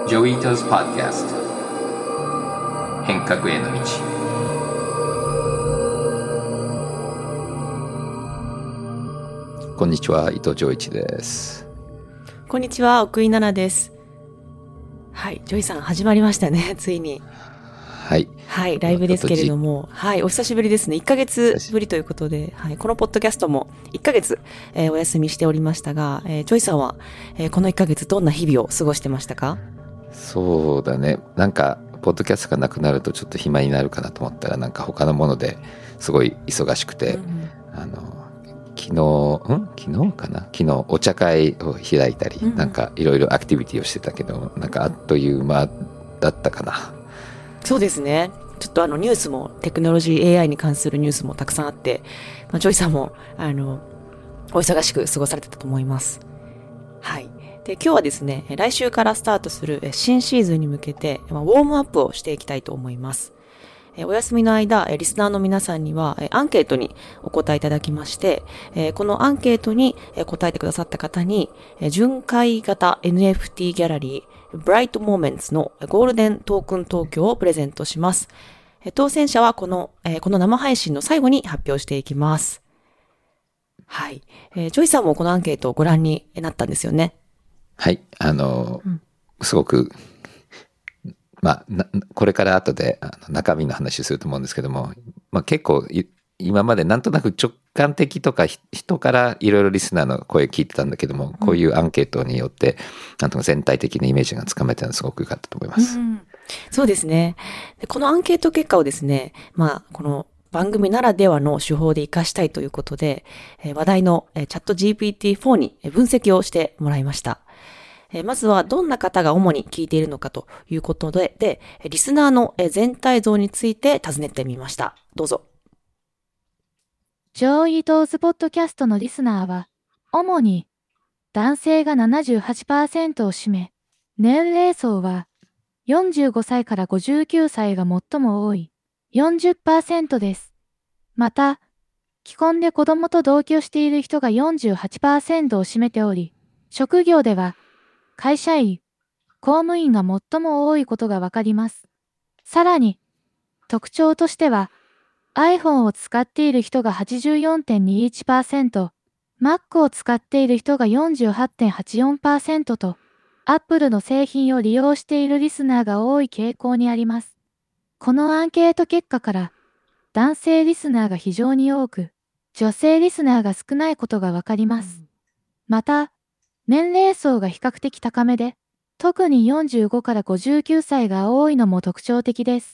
ジョイトズ・ポッドキャスト変革への道。 こんにちは、伊藤浄一です。 こんにちは、奥井奈々です。はい、ジョイさん始まりましたね、ついに。 はい。 はい、ライブですけれども、はい、お久しぶりですね。1ヶ月ぶりということで、はい、このポッドキャストも1ヶ月、お休みしておりましたが、ジョイさんは、この1ヶ月どんな日々を過ごしてましたか？ そうだね。なんか、ポッドキャストがなくなるとちょっと暇になるかなと思ったら、なんか他のものですごい忙しくて、昨日かな、昨日お茶会を開いたり、なんかいろいろアクティビティをしてたけど、なんかあっという間だったかな。 そうですね。ちょっとニュースも、テクノロジー AI に関するニュースもたくさんあって、ジョイさんも、お忙しく過ごされてたと思います。はい。で、今日はですね、来週からスタートする新シーズンに向けて、ウォームアップをしていきたいと思います。お休みの間、リスナーの皆さんには、アンケートにお答えいただきまして、このアンケートに答えてくださった方に、巡回型 NFT ギャラリー、ブライトモーメンツのゴールデントークン東京をプレゼントします。当選者はこの生配信の最後に発表していきます。はい。ジョイさんもこのアンケートをご覧になったんですよね。 はい。すごく、これから後で中身の話すると思うんですけども、結構今までなんとなく直感的とか人からいろいろリスナーの声聞いてたんだけども、こういうアンケートによってなんとか全体的なイメージがつかめたのすごく良かったと思います。 そうですね。で、このアンケート結果をですね、この番組ならではの手法で活かしたいということで、話題のチャット GPT-4 に分析をしてもらいました。まずはどんな方が主に聞いているのかということで、リスナーの全体像について尋ねてみました。どうぞ。 ジョイトーズポッドキャストのリスナーは、主に男性が 78% を占め、年齢層は45歳から59歳が最も多い 40% です。また、既婚で子供と同居している人が 48% を占めており、職業では会社員、公務員が最も多いことがわかります。さらに、特徴としては、iPhone を使っている人が 84.21%、Mac を使っている人が 48.84% と、Apple の製品を利用しているリスナーが多い傾向にあります。このアンケート結果から、男性リスナーが非常に多く、女性リスナーが少ないことがわかります。また、年齢層が比較的高めで、特に45から59歳が多いのも特徴的です。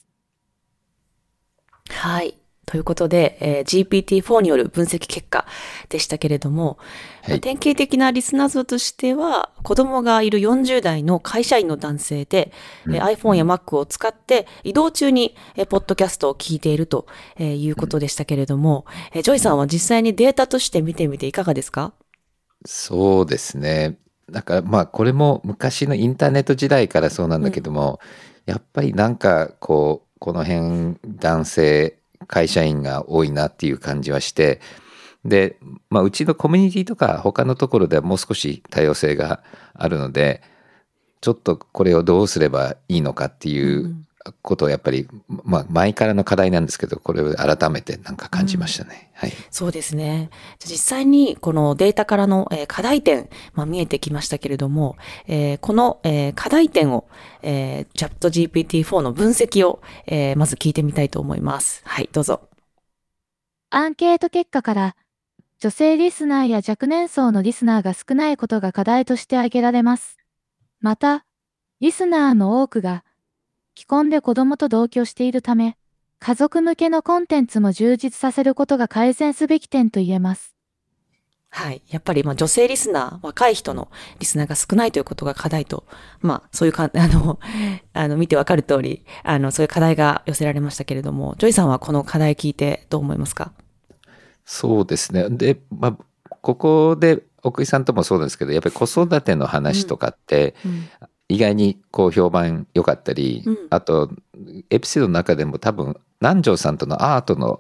はい。ということで、GPT-4 による分析結果でしたけれども、 はい、 典型的なリスナー層としては、子供がいる40代の会社員の男性で、iPhone や Mac を使って移動中にポッドキャストを聞いているということでしたけれども、ジョイさんは実際にデータとして見てみていかがですか？ そうですね。なんかこれも昔のインターネット時代からそうなんだけども、やっぱりなんかこの辺男性会社員が多いなっていう感じはして、で、うちのコミュニティとか他のところではもう少し多様性があるので、ちょっとこれをどうすればいいのかっていうことをやっぱり、前からの課題なんですけど、これを改めてなんか感じましたね。はい。 そうですね。実際にこのデータからの課題点、見えてきましたけれども、この課題点をチャット GPT-4 の分析をまず聞いてみたいと思います。はい、どうぞ。 アンケート結果から、女性リスナーや若年層のリスナーが少ないことが課題として挙げられます。また、リスナーの多くが、既婚で子供と同居しているため、家族向けのコンテンツも充実させることが改善すべき点と言えます。 はい。やっぱり、女性リスナー、若い人のリスナーが少ないということが課題と、そういう見てわかる通り、そういう課題が寄せられましたけれども、ジョイさんはこの課題聞いてどう思いますか？ そうですね。で、ここで奥井さんともそうですけど、やっぱり子育ての話とかって、意外に評判良かったり、あとエピソードの中でも多分南條さんとのアートの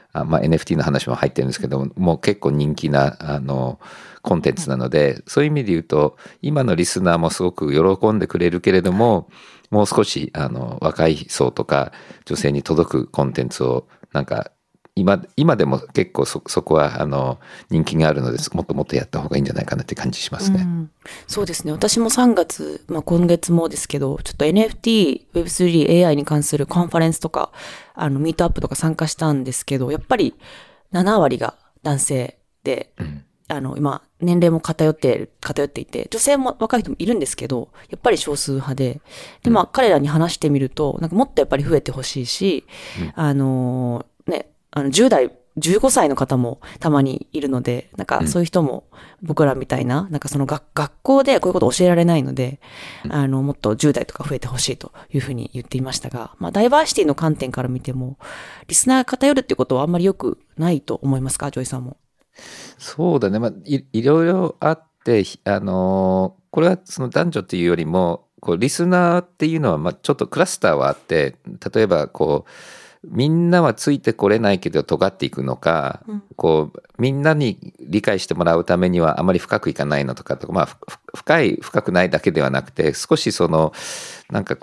NFT の話も入ってるんですけどもう結構人気なコンテンツなので、そういう意味で言うと今のリスナーもすごく喜んでくれるけれども、もう少し若い層とか女性に届くコンテンツをなんか今でも結構そこは人気があるので、もっともっとやった方がいいんじゃないかなって感じしますね。 そうですね。私も3月、今月もですけど、ちょっと NFT、Web3、AI に関するコンファレンスとか、ミートアップとか参加したんですけど、やっぱり7割が男性で、今、年齢も偏っていて、女性も若い人もいるんですけど、やっぱり少数派で、彼らに話してみると、なんかもっとやっぱり増えてほしいし、10代、15歳の方もたまにいるので、なんかそういう人も僕らみたいな、なんかその学校でこういうこと教えられないので、もっと10代とか増えてほしいというふうに言っていましたが、ダイバーシティの観点から見ても、リスナーが偏るっていうことはあんまり良くないと思いますか、ジョイさんも。 そうだね。いろいろあって、これはその男女っていうよりも、リスナーっていうのは、ちょっとクラスターはあって、例えばみんなはついてこれないけど尖っていくのか、みんなに理解してもらうためにはあまり深くいかないのとか深くないだけではなくて、少しなんか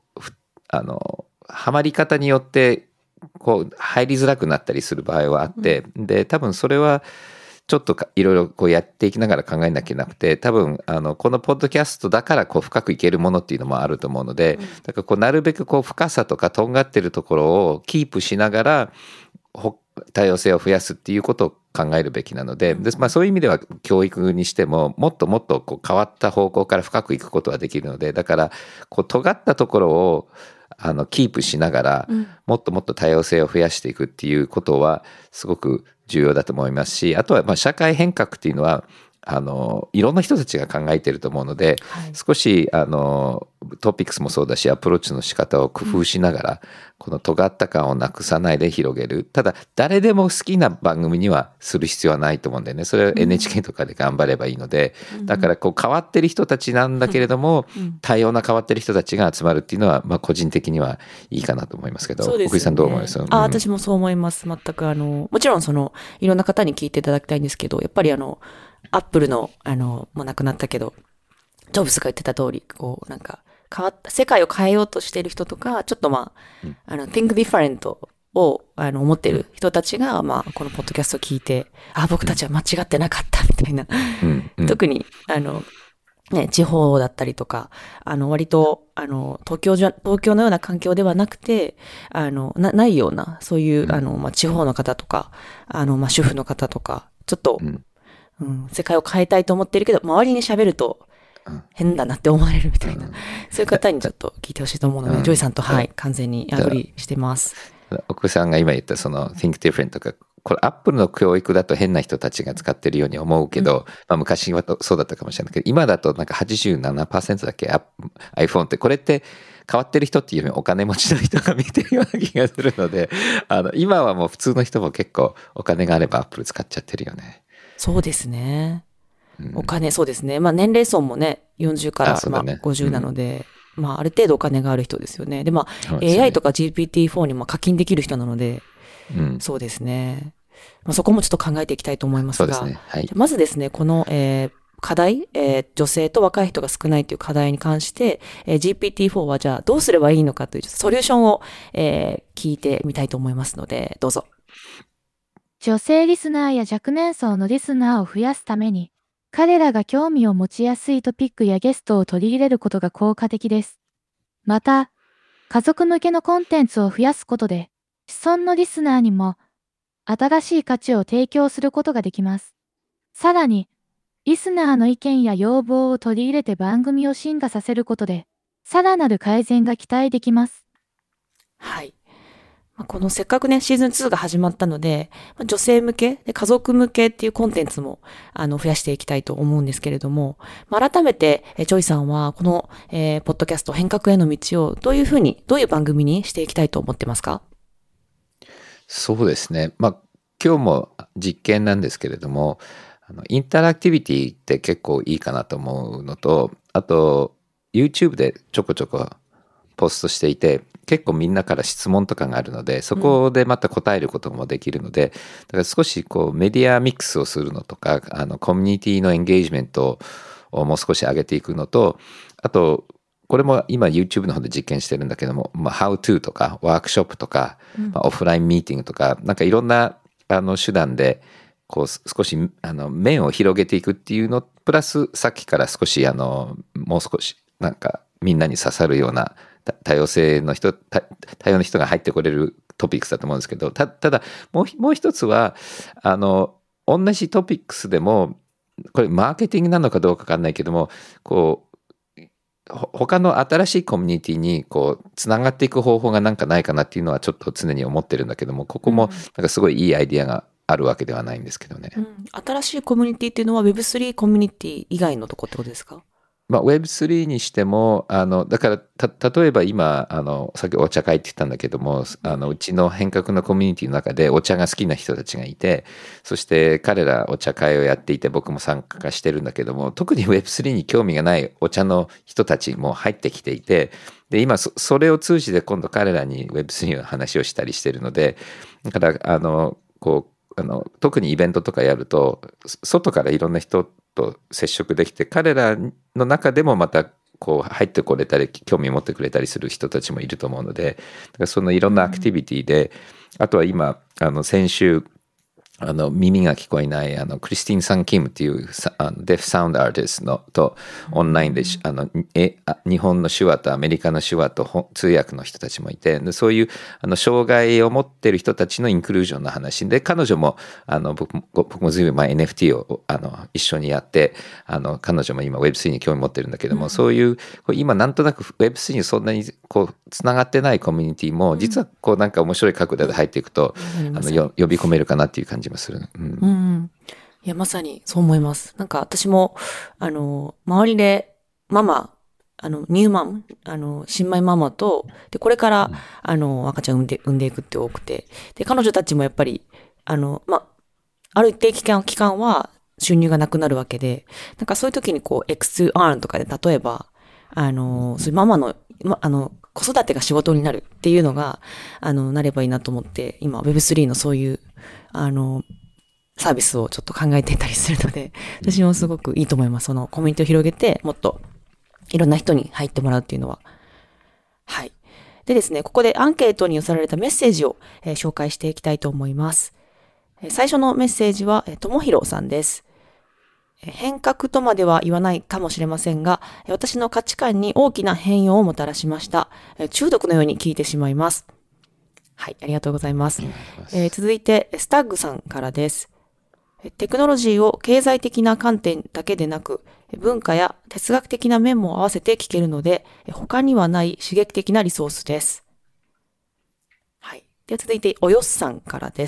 はまり方によって入りづらくなったりする場合はあって、で多分それはちょっといろいろやっていきながら考えなきゃなくて、多分このポッドキャストだから深くいけるものっていうのもあると思うので、だからなるべく深さとかとんがってるところをキープしながら多様性を増やすっていうことを考えるべきなので、そういう意味では教育にしてももっともっと変わった方向から深くいくことはできるので、だから尖ったところをキープしながら、もっともっと多様性を増やしていくっていうことはすごく重要だと思いますし、あとは社会変革っていうのはいろんな人たちが考えていると思うので、少しトピックスもそうだしアプローチの仕方を工夫しながら、この尖った感をなくさないで広げる。ただ誰でも好きな番組にはする必要はないと思うんだよね。それは NHK とかで頑張ればいいので、だから変わってる人たちなんだけれども、多様な変わってる人たちが集まるっていうのは、個人的にはいいかなと思いますけど、奥井さんどう思います？ 私もそう思います。全くもちろんいろんな方に聞いていただきたいんですけど、やっぱりアップルのもう亡くなったけどジョブズが言ってた通り、なんか世界を変えようとしている人とか、ちょっとthink different を思っている人たちがこのポッドキャストを聞いて、僕たちは間違ってなかったみたいな、特に地方だったりとか、割と東京のような環境ではなくてないような、そういう地方の方とか主婦の方とか、ちょっと、世界を変えたいと思ってるけど周りに喋ると変だなって思われるみたいな、そういう方にちょっと聞いてほしいと思うので、ジョイさんと完全にアグリーしてます。 奥さんが今言ったthink different とか、これアップルの教育だと変な人たちが使ってるように思うけど、昔はそうだったかもしれないけど、今だとなんか 87% だっけ iPhone って、これって変わってる人っていうよりお金持ちの人が見てるような気がするので、今はもう普通の人も結構お金があればアップル使っちゃってるよね。 そうですね。お金、そうですね。年齢層もね、40から50なので、ある程度お金がある人ですよね。で、AI とか GPT-4 にも課金できる人なので、そうですね。そこもちょっと考えていきたいと思いますが、まずですね、この、課題、女性と若い人が少ないという課題に関して、GPT-4 はじゃあどうすればいいのかというソリューションを、聞いてみたいと思いますので、どうぞ。 女性リスナーや若年層のリスナーを増やすために、彼らが興味を持ちやすいトピックやゲストを取り入れることが効果的です。また、家族向けのコンテンツを増やすことで、既存のリスナーにも新しい価値を提供することができます。さらに、リスナーの意見や要望を取り入れて番組を進化させることで、さらなる改善が期待できます。 はい。このせっかくね、シーズン2が始まったので、女性向け、家族向けっていうコンテンツも、増やしていきたいと思うんですけれども、改めて、ジョイさんは、この、ポッドキャスト変革への道をどういう番組にしていきたいと思ってますか？ そうですね。今日も実験なんですけれども、インタラクティビティって結構いいかなと思うのと、あと、YouTube でちょこちょこポストしていて、結構みんなから質問とかがあるので、そこでまた答えることもできるので、だから少しこうメディアミックスをするのとか、コミュニティのエンゲージメントをもう少し上げていくのと、あとこれも今 YouTube の方で実験してるんだけども、How to とかワークショップとか、オフラインミーティングとか、なんかいろんな手段でこう少し面を広げていくっていうのプラス、さっきから少しもう少しなんかみんなに刺さるような多様の人が入ってこれるトピックスだと思うんですけど、ただもう一つは同じトピックスでも、これマーケティングなのかどうかわかんないけども、こう他の新しいコミュニティにこうつながっていく方法がなんかないかなっていうのはちょっと常に思ってるんだけども、ここもなんかすごいいいアイディアがあるわけではないんですけどね。 新しいコミュニティっていうのは Web3 コミュニティ以外のとこってことですか？ Web3 にしてもだから例えば今さっきお茶会って言ったんだけども、うちの変革のコミュニティの中でお茶が好きな人たちがいて、そして彼らお茶会をやっていて僕も参加してるんだけども、特に Web3 に興味がないお茶の人たちも入ってきていて、で今それを通じて今度彼らに Web3 の話をしたりしてるので、だからこう特にイベントとかやると外からいろんな人と接触できて、彼らの中でもまたこう入ってこれたり興味持ってくれたりする人たちもいると思うので、だからそのいろんなアクティビティで、あとは今先週耳が聞こえないクリスティン・サン・キムっていうデフサウンドアーティストのとオンラインで日本の手話とアメリカの手話と通訳の人たちもいて、でそういう障害を持ってる人たちのインクルージョンの話で、彼女も僕もずいぶん前 NFT を一緒にやって、彼女も今 Web3 に興味持ってるんだけども、そういう今なんとなく Web3 にそんなにこうつながってないコミュニティも実はこうなんか面白い角度で入っていくと呼び込めるかなっていう感じもする。 いや、まさにそう思います。なんか私も周りでママニューマム新米ママとでこれから赤ちゃん産んでいくって多くて、で彼女たちもやっぱりある一定期間は収入がなくなるわけで、なんかそういう時にこう X2Earn とかで例えばそういうママの子育てが仕事になるっていうのがなればいいなと思って、今 Web3 のそういうサービスをちょっと考えていたりするので、私もすごくいいと思います。そのコミュニティを広げて、もっといろんな人に入ってもらうっていうのは。はい。でですね、ここでアンケートに寄せられたメッセージを、紹介していきたいと思います。最初のメッセージは、ともひろさんです。変革とまでは言わないかもしれませんが、私の価値観に大きな変容をもたらしました。中毒のように聞いてしまいます。はい、ありがとうございます。続いて、スタッグさんからです。テクノロジーを経済的な観点だけでなく、文化や哲学的な面も合わせて聞けるので、他にはない刺激的なリソースです。はい。では続いて、およっさんからです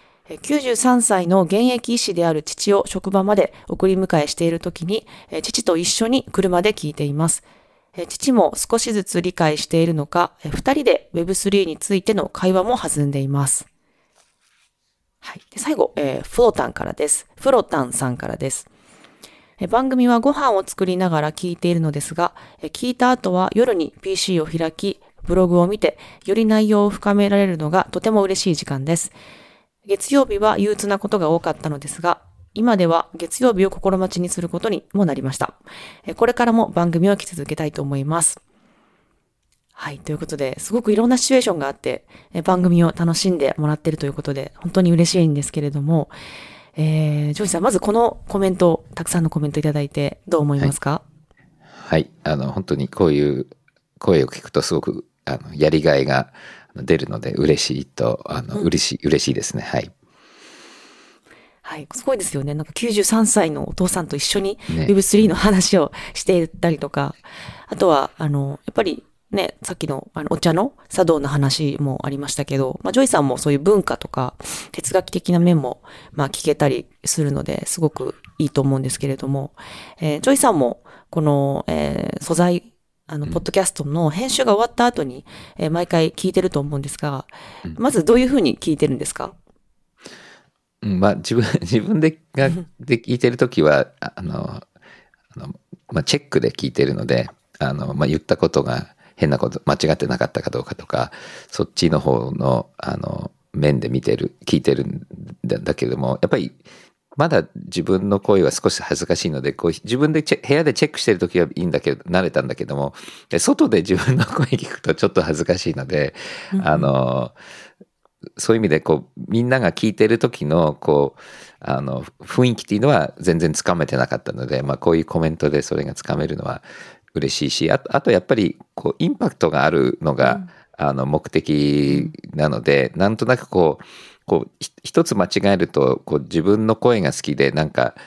。93歳の現役医師である父を職場まで送り迎えしているときに、父と一緒に車で聞いています。父も少しずつ理解しているのか、二人で Web3 についての会話も弾んでいます。はい。で最後、フロタンからです。フロタンさんからです。番組はご飯を作りながら聞いているのですが、聞いた後は夜に PC を開き、ブログを見て、より内容を深められるのがとても嬉しい時間です。月曜日は憂鬱なことが多かったのですが、今では月曜日を心待ちにすることにもなりました。これからも番組を聞き続けたいと思います。はい。ということで、すごくいろんなシチュエーションがあって、番組を楽しんでもらっているということで、本当に嬉しいんですけれども、ジョイさん、まずこのコメント、たくさんのコメントいただいて、どう思いますか？ はい。本当にこういう声を聞くとすごく、やりがいが出るので、嬉しいですね。はい。 はい。すごいですよね。なんか93歳のお父さんと一緒に Web3 の話をしていったりとか、あとは、やっぱり、ね、さっきのお茶の茶道の話もありましたけど、ジョイさんもそういう文化とか哲学的な面も聞けたりするので、すごくいいと思うんですけれども、ジョイさんもこの、素材ポッドキャストの編集が終わった後に、毎回聞いてると思うんですが、まずどういうふうに聞いてるんですか？ 自分で聞いてるときはチェックで聞いてるので、言ったことが変なこと間違ってなかったかどうかとか、そっちの方の面で聞いてるんだけども、やっぱりまだ自分の声は少し恥ずかしいので、こう自分で部屋でチェックしてる時はいいんだけど、慣れたんだけども、外で自分の声聞くとちょっと恥ずかしいので、そういう意味でこうみんなが聞いてる時のこう雰囲気っていうのは全然つかめてなかったので、こういうコメントでそれがつかめるのは嬉しいし、あとやっぱりこうインパクトがあるのが、目的なので、なんとなくこう一つ間違えるとこう自分の声が好きでなんか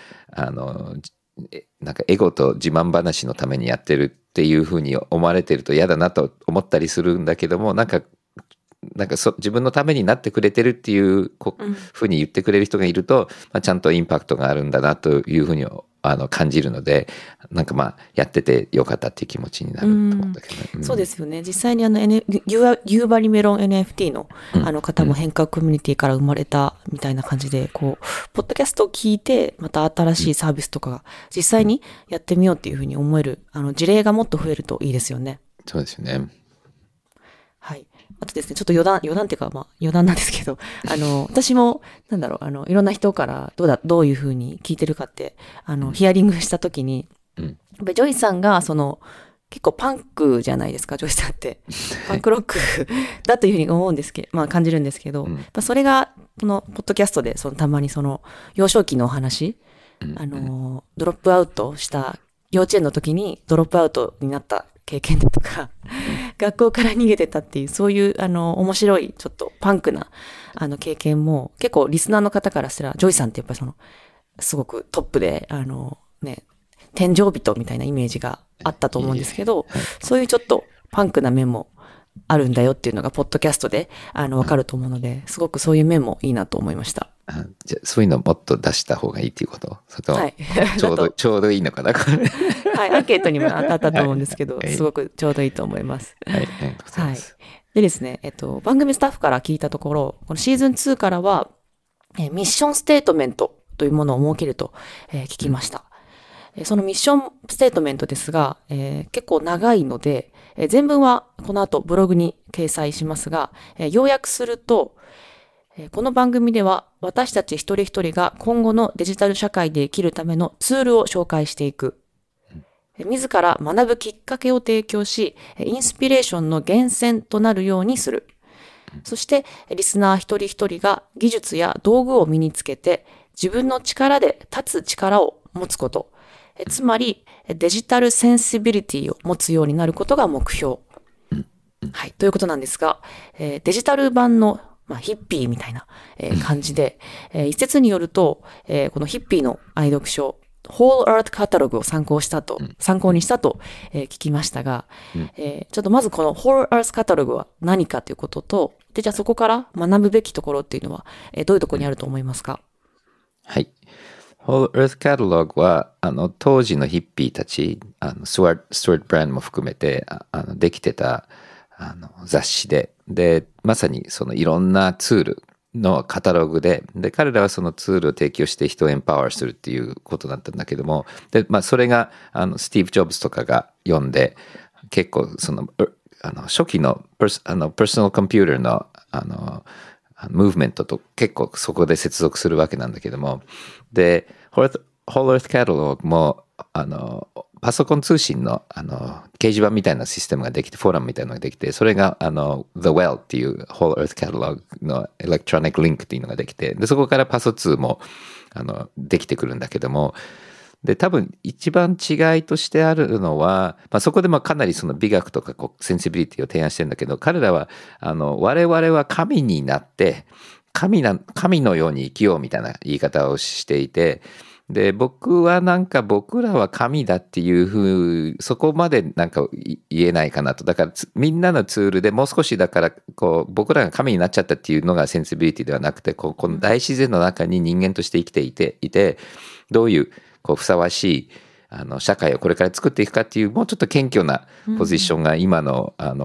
エゴと自慢話のためにやってるっていうふうに思われてると嫌だなと思ったりするんだけども、なんか自分のためになってくれてるっていうふうに言ってくれる人がいると、ちゃんとインパクトがあるんだなというふうに感じるので、なんかやっててよかったっていう気持ちになると思うんだけどね。 そうですよね。実際に夕張メロン NFT の方も変革コミュニティから生まれたみたいな感じで、こうポッドキャストを聞いてまた新しいサービスとかが実際にやってみようっていうふうに思える事例がもっと増えるといいですよね。 そうですよね。 はい。あとですね、ちょっと余談っていうか、余談なんですけど、私も、いろんな人からどういうふうに聞いてるかって、ヒアリングしたときに、やっぱりジョイさんが、結構パンクじゃないですか、ジョイさんって。パンクロックだというふうに思うんですけど、感じるんですけど、それが、この、ポッドキャストで、たまに幼少期のお話、ドロップアウトした、幼稚園の時にドロップアウトになった経験とか、学校から逃げてたっていう、そういう、面白い、ちょっとパンクな、経験も、結構リスナーの方からしたら、ジョイさんってやっぱりすごくトップで、天井人みたいなイメージがあったと思うんですけど、そういうちょっとパンクな面もあるんだよっていうのが、ポッドキャストで、わかると思うので、すごくそういう面もいいなと思いました。 じゃあそういうのもっと出した方がいいっていうこと？ はい。 ちょうどいいのかな、これ。 はい、アンケートにも当たったと思うんですけど、すごくちょうどいいと思います。 はい。 はい。でですね、番組スタッフから聞いたところ、このシーズン2からは、ミッションステートメントというものを設けると、聞きました。そのミッションステートメントですが、結構長いので、全文はこの後ブログに掲載しますが、要約すると、この番組では私たち一人一人が今後のデジタル社会で生きるためのツールを紹介していく。自ら学ぶきっかけを提供し、インスピレーションの源泉となるようにする。そして、リスナー一人一人が技術や道具を身につけて、自分の力で立つ力を持つこと。つまり、デジタルセンシビリティを持つようになることが目標。はい、ということなんですが、デジタル版のヒッピーみたいな感じで、一説によると、このヒッピーの愛読書、Whole Earth Catalog を参考にしたと、聞きましたが、ちょっとまずこの Whole Earth Catalog は何かということと、で、じゃあそこから学ぶべきところっていうのは、どういうところにあると思いますか？ はい。Whole Earth Catalog は、当時のヒッピーたち、スチュワート・ブランドも含めて、できてた、雑誌で、まさにそのいろんなツールのカタログで、彼らはそのツールを提供して人をエンパワーするっていうことだったんだけども、それが、スティーブ・ジョブズとかが読んで、結構初期のパーソナルコンピューターの、ムーブメントと結構そこで接続するわけなんだけども、で、Whole Earth Catalog も、パソコン通信の、掲示板みたいなシステムができて、フォーラムみたいなのができて、それが、The Well っていう Whole Earth Catalog のエレクトロニックリンクっていうのができて、で、そこからパソ2も、できてくるんだけども、で、多分一番違いとしてあるのは、そこでかなりその美学とかセンシビリティを提案してるんだけど、彼らは、我々は神になって、神のように生きようみたいな言い方をしていて、で、僕らは神だっていうそこまで言えないかなと。だからみんなのツールでもう少しだから僕らが神になっちゃったっていうのがセンシビリティではなくて、この大自然の中に人間として生きていて、どういうふさわしい社会をこれから作っていくかっていうもうちょっと謙虚なポジションが今の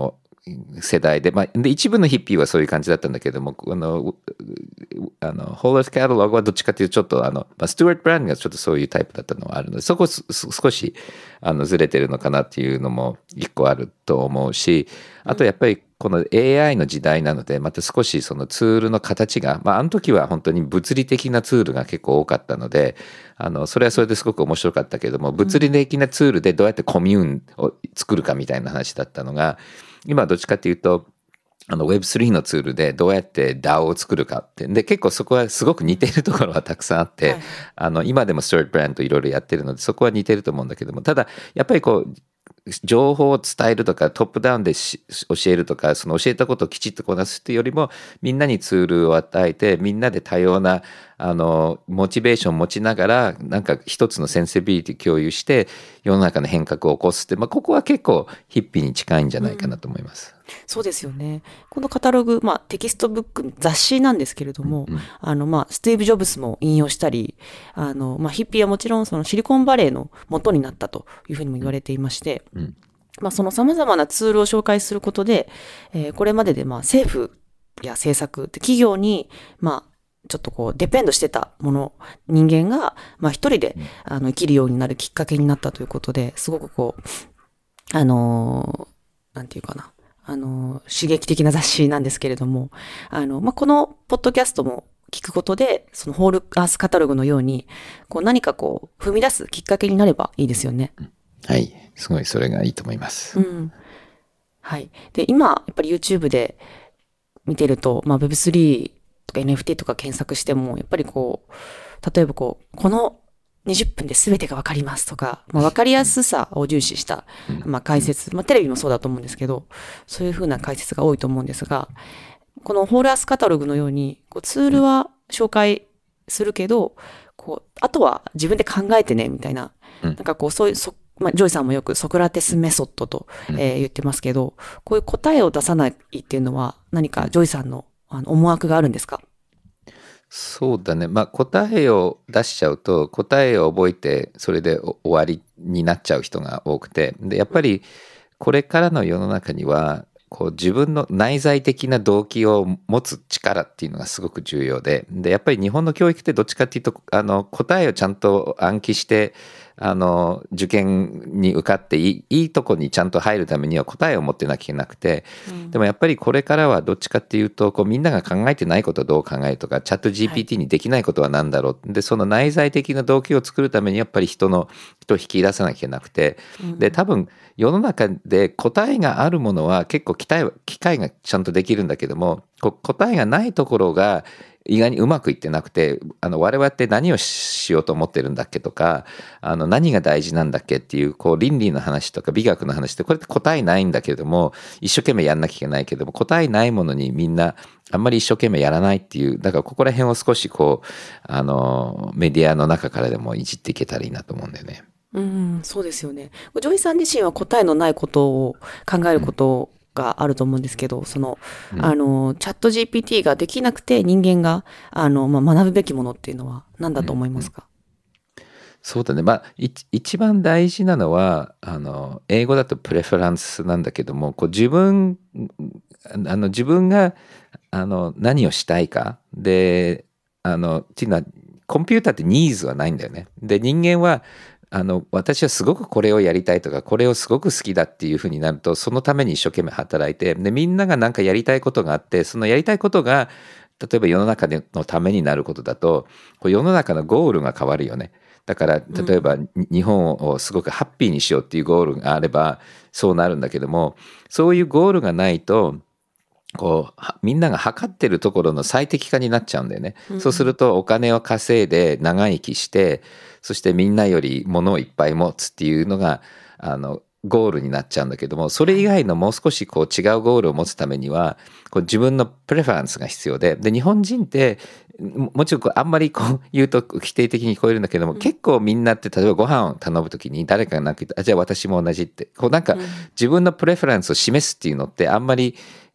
世代で、で一部のヒッピーはそういう感じだったんだけども、ホールスカタログはどっちかというとちょっとスチュワート・ブラウンがちょっとそういうタイプだったのはあるので、そこ少しずれてるのかなっていうのも一個あると思うし、あとやっぱりこの AI の時代なので、また少しそのツールの形が、あの時は本当に物理的なツールが結構多かったので、それはそれですごく面白かったけども、物理的なツールでどうやってコミューンを作るかみたいな話だったのが、今はどっちかっていうと、Web3 のツールでどうやって DAO を作るかって。で、結構そこはすごく似ているところはたくさんあって、今でもスチュワート・ブラウンといろいろやってるので、そこは似てると思うんだけども、ただ、やっぱりこう、情報を伝えるとかトップダウンで教えるとか、その教えたことをきちっとこなすっていうよりも、みんなにツールを与えて、みんなで多様なモチベーションを持ちながら、なんか一つのセンシビリティ共有して世の中の変革を起こすって、ここは結構ヒッピーに近いんじゃないかなと思います。 そうですよね。このカタログ、テキストブック、雑誌なんですけれども、スティーブ・ジョブスも引用したり、ヒッピーはもちろんそのシリコンバレーの元になったというふうにも言われていまして、その様々なツールを紹介することで、これまでで政府や政策、企業に、ちょっとこう、デペンドしてたもの、人間が、一人で、生きるようになるきっかけになったということで、すごくこう、なんていうかな。刺激的な雑誌なんですけれども、このポッドキャストも聞くことで、そのホールアースカタログのように、こう何かこう、踏み出すきっかけになればいいですよね。 はい。すごいそれがいいと思います。 はい。で、今、やっぱり YouTube で見てると、Web3 とか NFT とか検索しても、やっぱりこう、例えばこの20分で全てが分かりますとか、分かりやすさを重視した、解説、テレビもそうだと思うんですけど、そういうふうな解説が多いと思うんですが、このホールアースカタログのように、ツールは紹介するけど、あとは自分で考えてね、みたいな、なんかこう、そういう、ジョイさんもよくソクラテスメソッドと、言ってますけど、こういう答えを出さないっていうのは、何かジョイさんの思惑があるんですか？ そうだね。答えを出しちゃうと、答えを覚えて、それで終わりになっちゃう人が多くて。で、やっぱり、これからの世の中には、こう自分の内在的な動機を持つ力っていうのがすごく重要で、やっぱり日本の教育ってどっちかっていうと、答えをちゃんと暗記して、受験に受かっていいとこにちゃんと入るためには答えを持ってなきゃいけなくて、でもやっぱりこれからはどっちかっていうと、こうみんなが考えてないことをどう考えるとか、チャット GPT にできないことは何だろう。で、その内在的な動機を作るためにやっぱり人を引き出さなきゃいけなくて、で、多分世の中で答えがあるものは結構機械がちゃんとできるんだけども、答えがないところが意外にうまくいってなくて、我々って何をしようと思ってるんだっけとか、何が大事なんだっけっていう、倫理の話とか美学の話って、これって答えないんだけれども、一生懸命やんなきゃいけないけども、答えないものにみんなあんまり一生懸命やらないっていう、だからここら辺を少しメディアの中からでもいじっていけたらいいなと思うんだよね。 そうですよね。ジョイさん自身は答えのないことを考えることがあると思うんですけど、チャット GPT ができなくて人間が、学ぶべきものっていうのは何だと思いますか？ そうだね。一番大事なのは、英語だとプレフェランスなんだけども、自分が、何をしたいか。で、っていうのは、コンピューターってニーズはないんだよね。で、人間は、私はすごくこれをやりたいとか、これをすごく好きだっていうふうになると、そのために一生懸命働いて、で、みんながなんかやりたいことがあって、そのやりたいことが、例えば世の中のためになることだと、世の中のゴールが変わるよね。だから例えば日本をすごくハッピーにしようっていうゴールがあればそうなるんだけども、そういうゴールがないとみんなが測ってるところの最適化になっちゃうんだよね。そうするとお金を稼いで長生きして、そしてみんなより物をいっぱい持つっていうのがゴールになっちゃうんだけども、それ以外のもう少し違うゴールを持つためには自分のプレファレンスが必要で、日本人ってもちろんあんまり言うと否定的に聞こえるんだけども、結構みんなって例えばご飯を頼むときに誰かがなんか言って、じゃあ私も同じってなんか自分のプレファレンスを示すっていうのってあんまり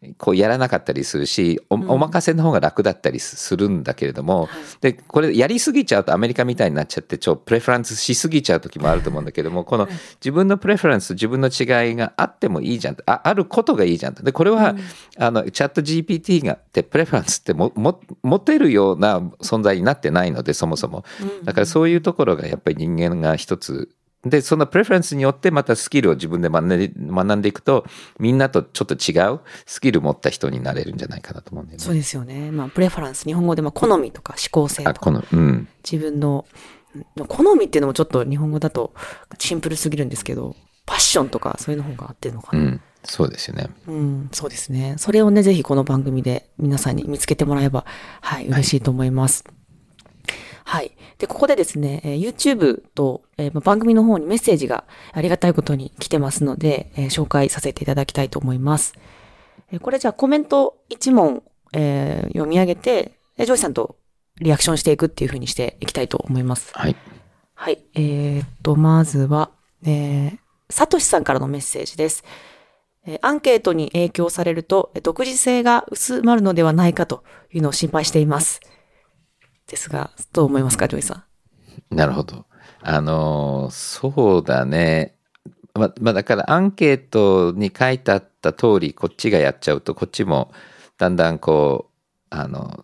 こうやらなかったりするし、お任せの方が楽だったりするんだけれども、でこれやりすぎちゃうとアメリカみたいになっちゃってプレフェランスしすぎちゃう時もあると思うんだけども、この自分のプレフェランス、自分の違いがあってもいいじゃん、あることがいいじゃん。でこれは、チャット GPT がってプレフェランスって持てるような存在になってないので、そもそもだからそういうところがやっぱり人間が一つで、そのプレフェレンスによってまたスキルを自分で学んでいくと、みんなとちょっと違うスキル持った人になれるんじゃないかなと思うんだよね。 そうですよね。プレファランス、日本語で好みとか思考性とか、自分の好みっていうのもちょっと日本語だとシンプルすぎるんですけど、パッションとかそういうの方が合ってるのかな。 そうですよね。 そうですね。それをね、ぜひこの番組で皆さんに見つけてもらえば、嬉しいと思います。はい。で、ここでですね、YouTube と、番組の方にメッセージがありがたいことに来てますので、紹介させていただきたいと思います。これじゃあコメント1問、読み上げて、ジョイさんとリアクションしていくっていう風にしていきたいと思います。 はい。 はい。まずは、サトシさんからのメッセージです。アンケートに影響されると、独自性が薄まるのではないかというのを心配しています。ですが、どう思いますか、ジョイさん。なるほど。そうだね。だからアンケートに書いてあった通りこっちがやっちゃうと、こっちもだんだんこう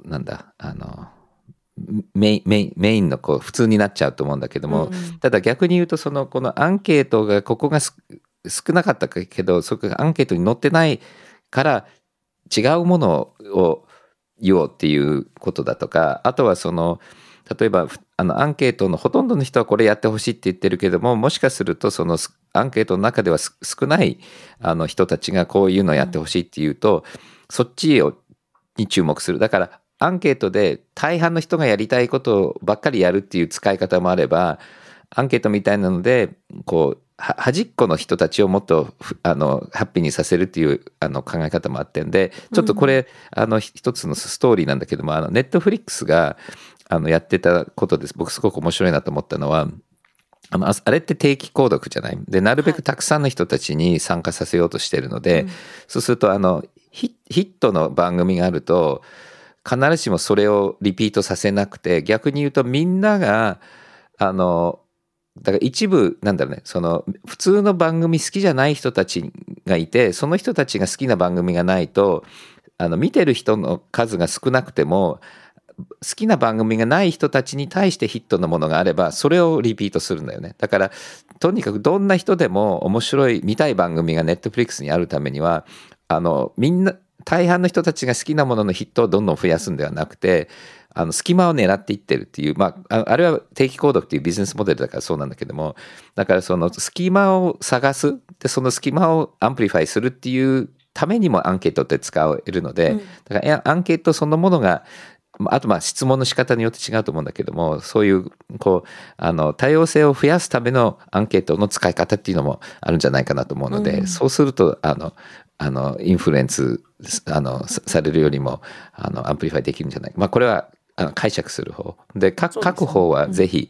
メインのこう普通になっちゃうと思うんだけども、ただ逆に言うとこのアンケートがここが少なかったけど、そこがアンケートに載ってないから違うものを言おうっていうことだとか、あとは例えばアンケートのほとんどの人はこれやってほしいって言ってるけども、もしかするとそのアンケートの中では少ない人たちがこういうのをやってほしいっていうと、そっちに注目する。だからアンケートで大半の人がやりたいことばっかりやるっていう使い方もあれば、アンケートみたいなのでこう端っこの人たちをもっとハッピーにさせるっていう考え方もあってんで、ちょっとこれ、一つのストーリーなんだけども、ネットフリックスがやってたことです。僕すごく面白いなと思ったのは、あれって定期購読じゃないで、なるべくたくさんの人たちに参加させようとしてるので、そうするとヒットの番組があると必ずしもそれをリピートさせなくて、逆に言うとみんながだから一部なんだろうね、普通の番組好きじゃない人たちがいて、その人たちが好きな番組がないと見てる人の数が少なくても、好きな番組がない人たちに対してヒットのものがあればそれをリピートするんだよね。だからとにかくどんな人でも面白い見たい番組がネットフリックスにあるためには、みんな大半の人たちが好きなもののヒットをどんどん増やすんではなくて、隙間を狙っていってるっていう、あれは定期購読っていうビジネスモデルだからそうなんだけども、だからその隙間を探す、でその隙間をアンプリファイするっていうためにもアンケートって使えるので、だからアンケートそのものが、あと質問の仕方によって違うと思うんだけども、そういうこう多様性を増やすためのアンケートの使い方っていうのもあるんじゃないかなと思うので、そうするとインフルエンスされるよりもアンプリファイできるんじゃないか。これは解釈する方で、書く方はぜひ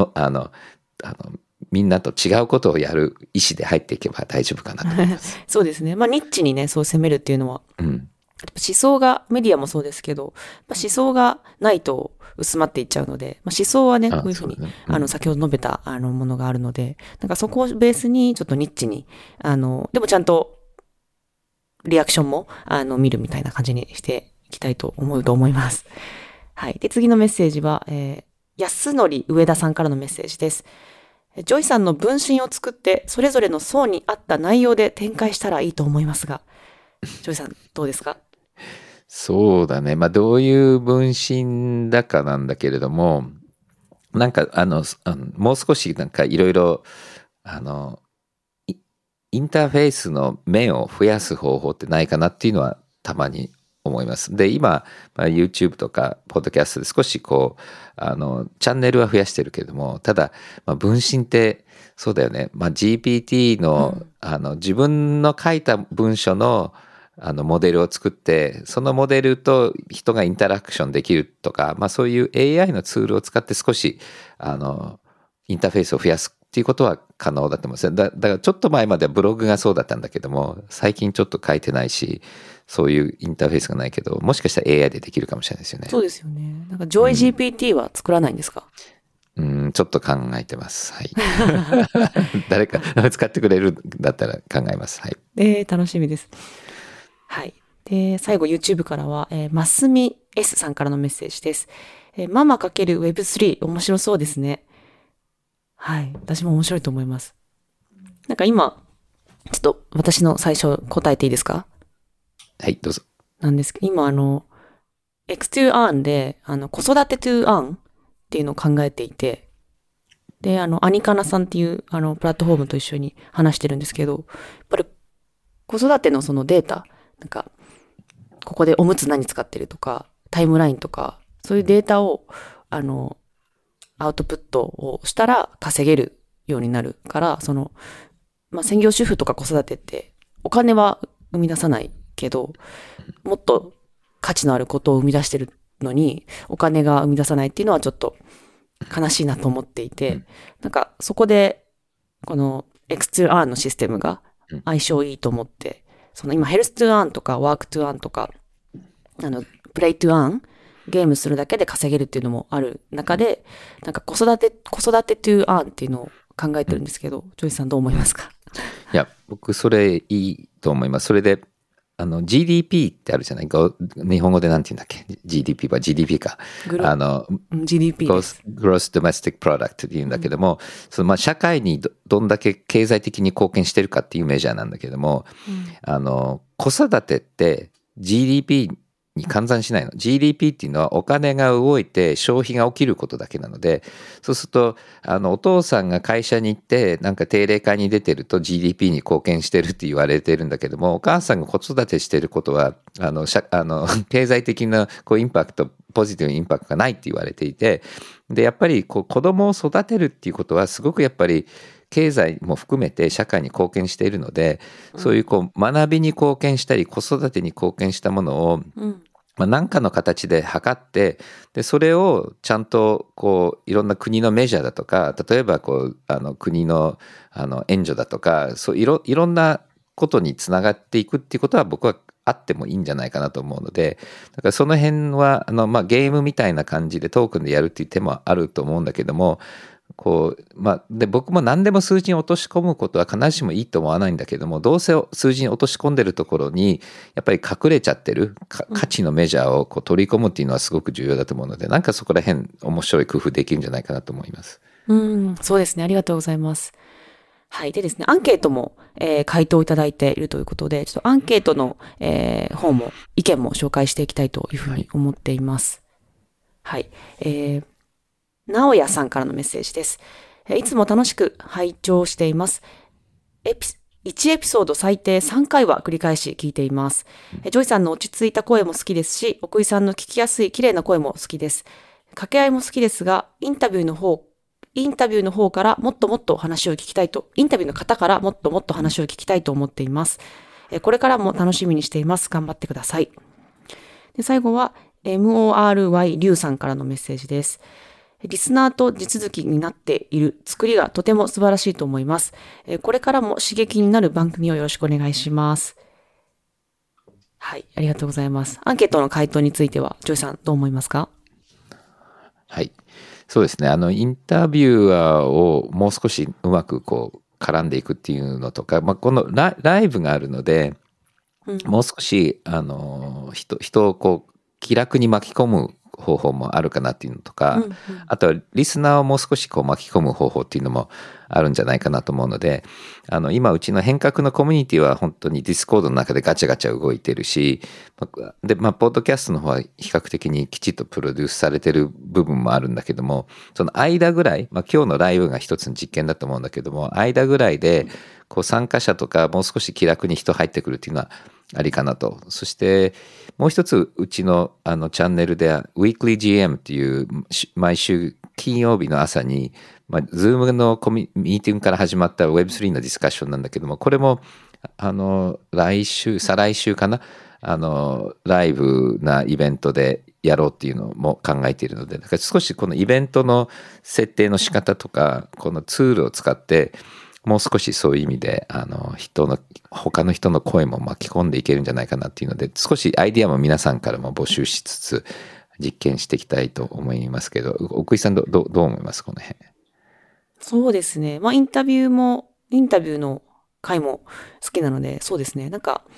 みんなと違うことをやる意思で入っていけば大丈夫かなと思います。 そうですね。ニッチにね、そう攻めるっていうのは、思想が、メディアもそうですけど、思想がないと薄まっていっちゃうので、思想はね、こういうふうに、先ほど述べた、ものがあるので、なんかそこをベースに、ちょっとニッチに、でもちゃんと、リアクションも、見るみたいな感じにしていきたいと思います。はい。で、次のメッセージは、安則上田さんからのメッセージです。ジョイさんの分身を作って、それぞれの層に合った内容で展開したらいいと思いますが、ジョイさん、どうですか？ そうだね。どういう分身だかなんだけれども、なんかもう少しなんかいろいろインターフェースの面を増やす方法ってないかなっていうのはたまに思います。で、今、YouTube とかポッドキャストで少しこうチャンネルは増やしてるけれども、ただ、分身ってそうだよね。GPT の、自分の書いた文章のモデルを作って、そのモデルと人がインタラクションできるとか、そういう AI のツールを使って少しインターフェースを増やすっっていうことは可能だと思うんですよ。だからちょっと前まではブログがそうだったんだけども、最近ちょっと書いてないし、そういうインターフェースがないけど、もしかしたら AI でできるかもしれないですよね。 そうですよね。なんか Joy GPT は作らないんですか？ ちょっと考えてます。はい。誰か使ってくれるんだったら考えます。はい。 楽しみです。はい。で、最後 YouTube からは、ますみ S さんからのメッセージです。ママ×ウェブ3面白そうですね。はい。私も面白いと思います。なんか今、ちょっと私の最初答えていいですか？ はい、どうぞ。 なんですけど、今X2Earn で、子育て to Earn っていうのを考えていて、で、アニカナさんっていう、プラットフォームと一緒に話してるんですけど、やっぱり、子育てのそのデータ、なんか、ここでおむつ何使ってるとか、タイムラインとか、そういうデータを、アウトプットをしたら稼げるようになるから、専業主婦とか子育てって、お金は生み出さないけど、もっと価値のあることを生み出してるのに、お金が生み出さないっていうのはちょっと悲しいなと思っていて、なんかそこで、この X2Earn のシステムが相性いいと思って、今 Health2Earn とか Work2Earn とか、Play2Earn ゲームするだけで稼げるっていうのもある中で、なんか子育て to earn っていうのを考えてるんですけど、ジョイさんどう思いますか？ いや、僕それいいと思います。それで、GDP ってあるじゃないか。日本語でなんて言うんだっけ？ GDP は GDP か。 GDP です。 Gross Domestic Product って言うんだけども、社会にどんだけ経済的に貢献してるかっていうメジャーなんだけども、子育てって GDP に換算しないの。GDP っていうのはお金が動いて消費が起きることだけなので、そうするとお父さんが会社に行ってなんか定例会に出てると GDP に貢献してるって言われてるんだけども、お母さんが子育てしてることは経済的なインパクト、ポジティブなインパクトがないって言われていて、でやっぱり子供を育てるっていうことはすごくやっぱり経済も含めて社会に貢献しているので、そういう学びに貢献したり子育てに貢献したものを、何かの形で測って、でそれをちゃんといろんな国のメジャーだとか、例えば国の援助だとか、そういろんなことにつながっていくっていうことは僕はあってもいいんじゃないかなと思うので、だからその辺はゲームみたいな感じでトークンでやるっていう手もあると思うんだけども、で僕も何でも数字に落とし込むことは必ずしもいいと思わないんだけども、どうせ数字に落とし込んでるところにやっぱり隠れちゃってる価値のメジャーを取り込むっていうのはすごく重要だと思うので、なんかそこら辺面白い工夫できるんじゃないかなと思います。 そうですね。ありがとうございます。はい。でですね、アンケートも、回答いただいているということで、ちょっとアンケートの、方も意見も紹介していきたいというふうに思っています。はい。直哉さんからのメッセージです。いつも楽しく拝聴しています。1エピソード最低3回は繰り返し聞いています。ジョイさんの落ち着いた声も好きですし、奥井さんの聞きやすい綺麗な声も好きです。掛け合いも好きですが、インタビューの方からもっともっと話を聞きたいと、インタビューの方からもっともっと話を聞きたいと思っています。これからも楽しみにしています。頑張ってください。で、最後は MORY リュウさんからのメッセージです。リスナーと地続きになっている作りがとても素晴らしいと思います。これからも刺激になる番組をよろしくお願いします。はい、ありがとうございます。アンケートの回答については、ジョイさんどう思いますか？ はい。そうですね。インタビュアーをもう少しうまく絡んでいくっていうのとか、このライブがあるので、もう少し人を気楽に巻き込む方法もあるかなっていうのとか、あとはリスナーをもう少し巻き込む方法っていうのもあるんじゃないかなと思うので、今うちの変革のコミュニティは本当にディスコードの中でガチャガチャ動いてるし、でポッドキャストの方は比較的にきちっとプロデュースされてる部分もあるんだけども、その間ぐらい、今日のライブが一つの実験だと思うんだけども、間ぐらいで参加者とかもう少し気楽に人入ってくるっていうのはありかなと。そしてもう一つうちのチャンネルでは Weekly GM っていう毎週金曜日の朝に、Zoom のミーティングから始まった Web3 のディスカッションなんだけども、これも再来週かな、ライブなイベントでやろうっていうのも考えているので、だから少しこのイベントの設定の仕方とか、このツールを使ってもう少しそういう意味で他の人の声も巻き込んでいけるんじゃないかなっていうので、少しアイディアも皆さんからも募集しつつ実験していきたいと思いますけど、奥井さんどう思いますこの辺？ そうですね。インタビューの回も好きなので、そうですね。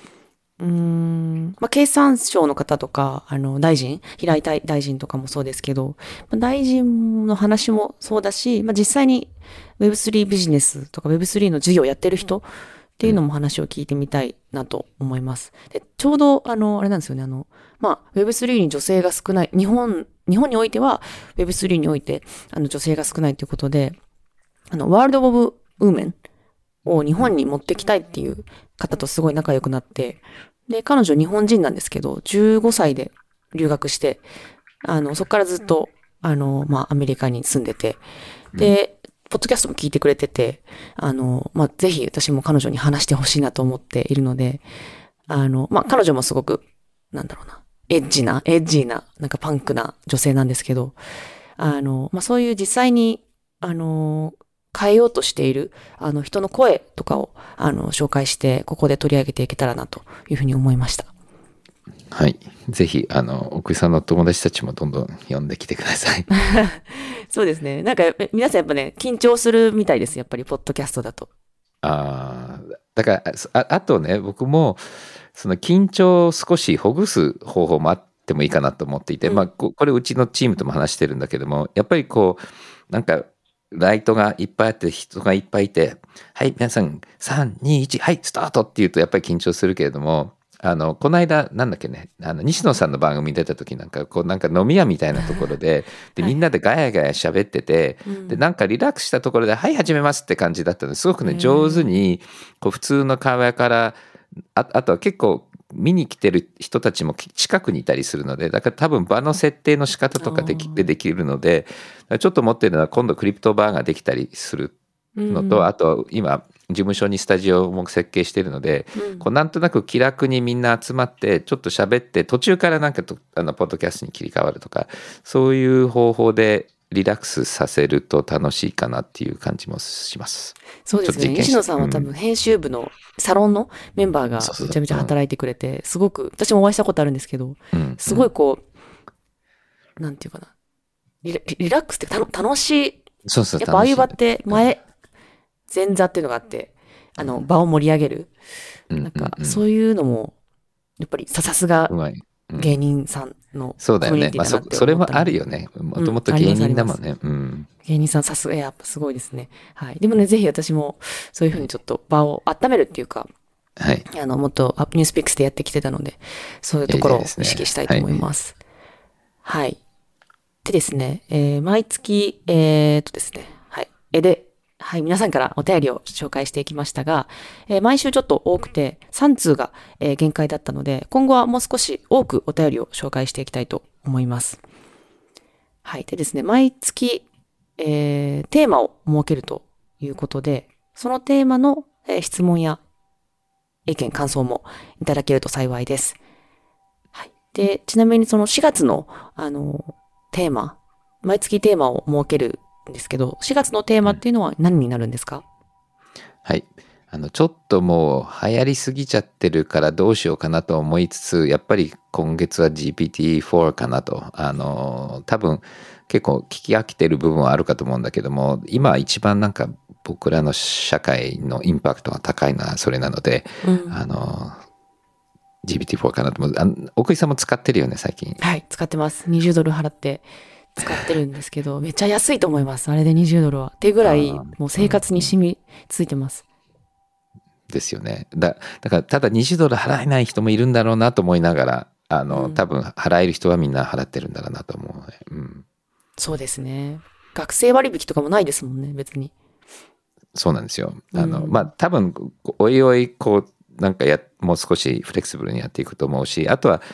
経産省の方とか、平井大臣とかもそうですけど、大臣の話もそうだし、実際に Web3 ビジネスとか Web3 の事業をやってる人っていうのも話を聞いてみたいなと思います。で、ちょうど、あれなんですよね。Web3 に女性が少ない、日本においては Web3 において、女性が少ないということで、ワールド・オブ・ウーメンを日本に持ってきたいっていう方とすごい仲良くなって、で、彼女日本人なんですけど、15歳で留学して、そこからずっと、アメリカに住んでて、で、ポッドキャストも聞いてくれてて、ぜひ私も彼女に話してほしいなと思っているので、彼女もすごく、エッジーな、パンクな女性なんですけど、そういう実際に、変えようとしている、人の声とかを、紹介して、ここで取り上げていけたらなというふうに思いました。 はい。ぜひ、奥井さんの友達たちもどんどん呼んできてください。 そうですね。皆さんやっぱね、緊張するみたいです。やっぱり、ポッドキャストだと。 だから、あとね、僕も、その緊張を少しほぐす方法もあってもいいかなと思っていて、これうちのチームとも話してるんだけども、やっぱりライトがいっぱいあって人がいっぱいいて、はい、皆さん、3、2、1、はい、スタートって言うとやっぱり緊張するけれども、この間、西野さんの番組出た時飲み屋みたいなところで、みんなでガヤガヤ喋ってて、で、リラックスしたところで、はい、始めますって感じだったので、すごくね、上手に、普通の会話から、あとは結構、見に来てる人たちも近くにいたりするので、だから多分場の設定の仕方とかできるので、ちょっと思ってるのは今度クリプトバーができたりするのと、あと今事務所にスタジオも設計しているので、なんとなく気楽にみんな集まってちょっと喋って途中からポッドキャストに切り替わるとか、そういう方法でリラックスさせると楽しいかなっていう感じもします。 そうですね。西野さんは多分編集部のサロンのメンバーがめちゃめちゃ働いてくれて、すごく、私もお会いしたことあるんですけど、すごいなんていうかな。リラックスって楽しい。やっぱああいう場って前座っていうのがあって、場を盛り上げる。そういうのも、やっぱりさすが芸人さんのそうだよね。それもあるよね。もともと芸人だもんね。 芸人さんさすが、やっぱすごいですね。はい。でもね、ぜひ私もそういうふうにちょっと場を温めるっていうか、 はい。 もっとニュースピックスでやってきてたので、そういうところを意識したいと思います。はい。でですね、毎月、ですね、はい。はい、皆さんからお便りを紹介していきましたが、毎週ちょっと多くて3通が、限界だったので、今後はもう少し多くお便りを紹介していきたいと思います。はい。でですね、毎月、テーマを設けるということで、そのテーマの、質問や意見、感想もいただけると幸いです。はい。で、ちなみにその4月の、テーマ、毎月テーマを設けるんですけど、4月のテーマっていうのは何になるんですか？ はい。ちょっともう流行りすぎちゃってるからどうしようかなと思いつつ、やっぱり今月は GPT-4 かなと。多分結構聞き飽きてる部分はあるかと思うんだけども、今一番僕らの社会のインパクトが高いのはそれなので、GPT-4 かなと思う。奥井さんも使ってるよね、最近。 はい、使ってます。$20払って使ってるんですけど、めっちゃ安いと思います。あれで$20は。っていうぐらい、もう生活に染みついてます。 ですよね。だからただ$20払えない人もいるんだろうなと思いながら、多分払える人はみんな払ってるんだろうなと思うので、 そうですね。学生割引とかもないですもんね、別に。 そうなんですよ。多分おいおいもう少しフレキシブルにやっていくと思うし、あとは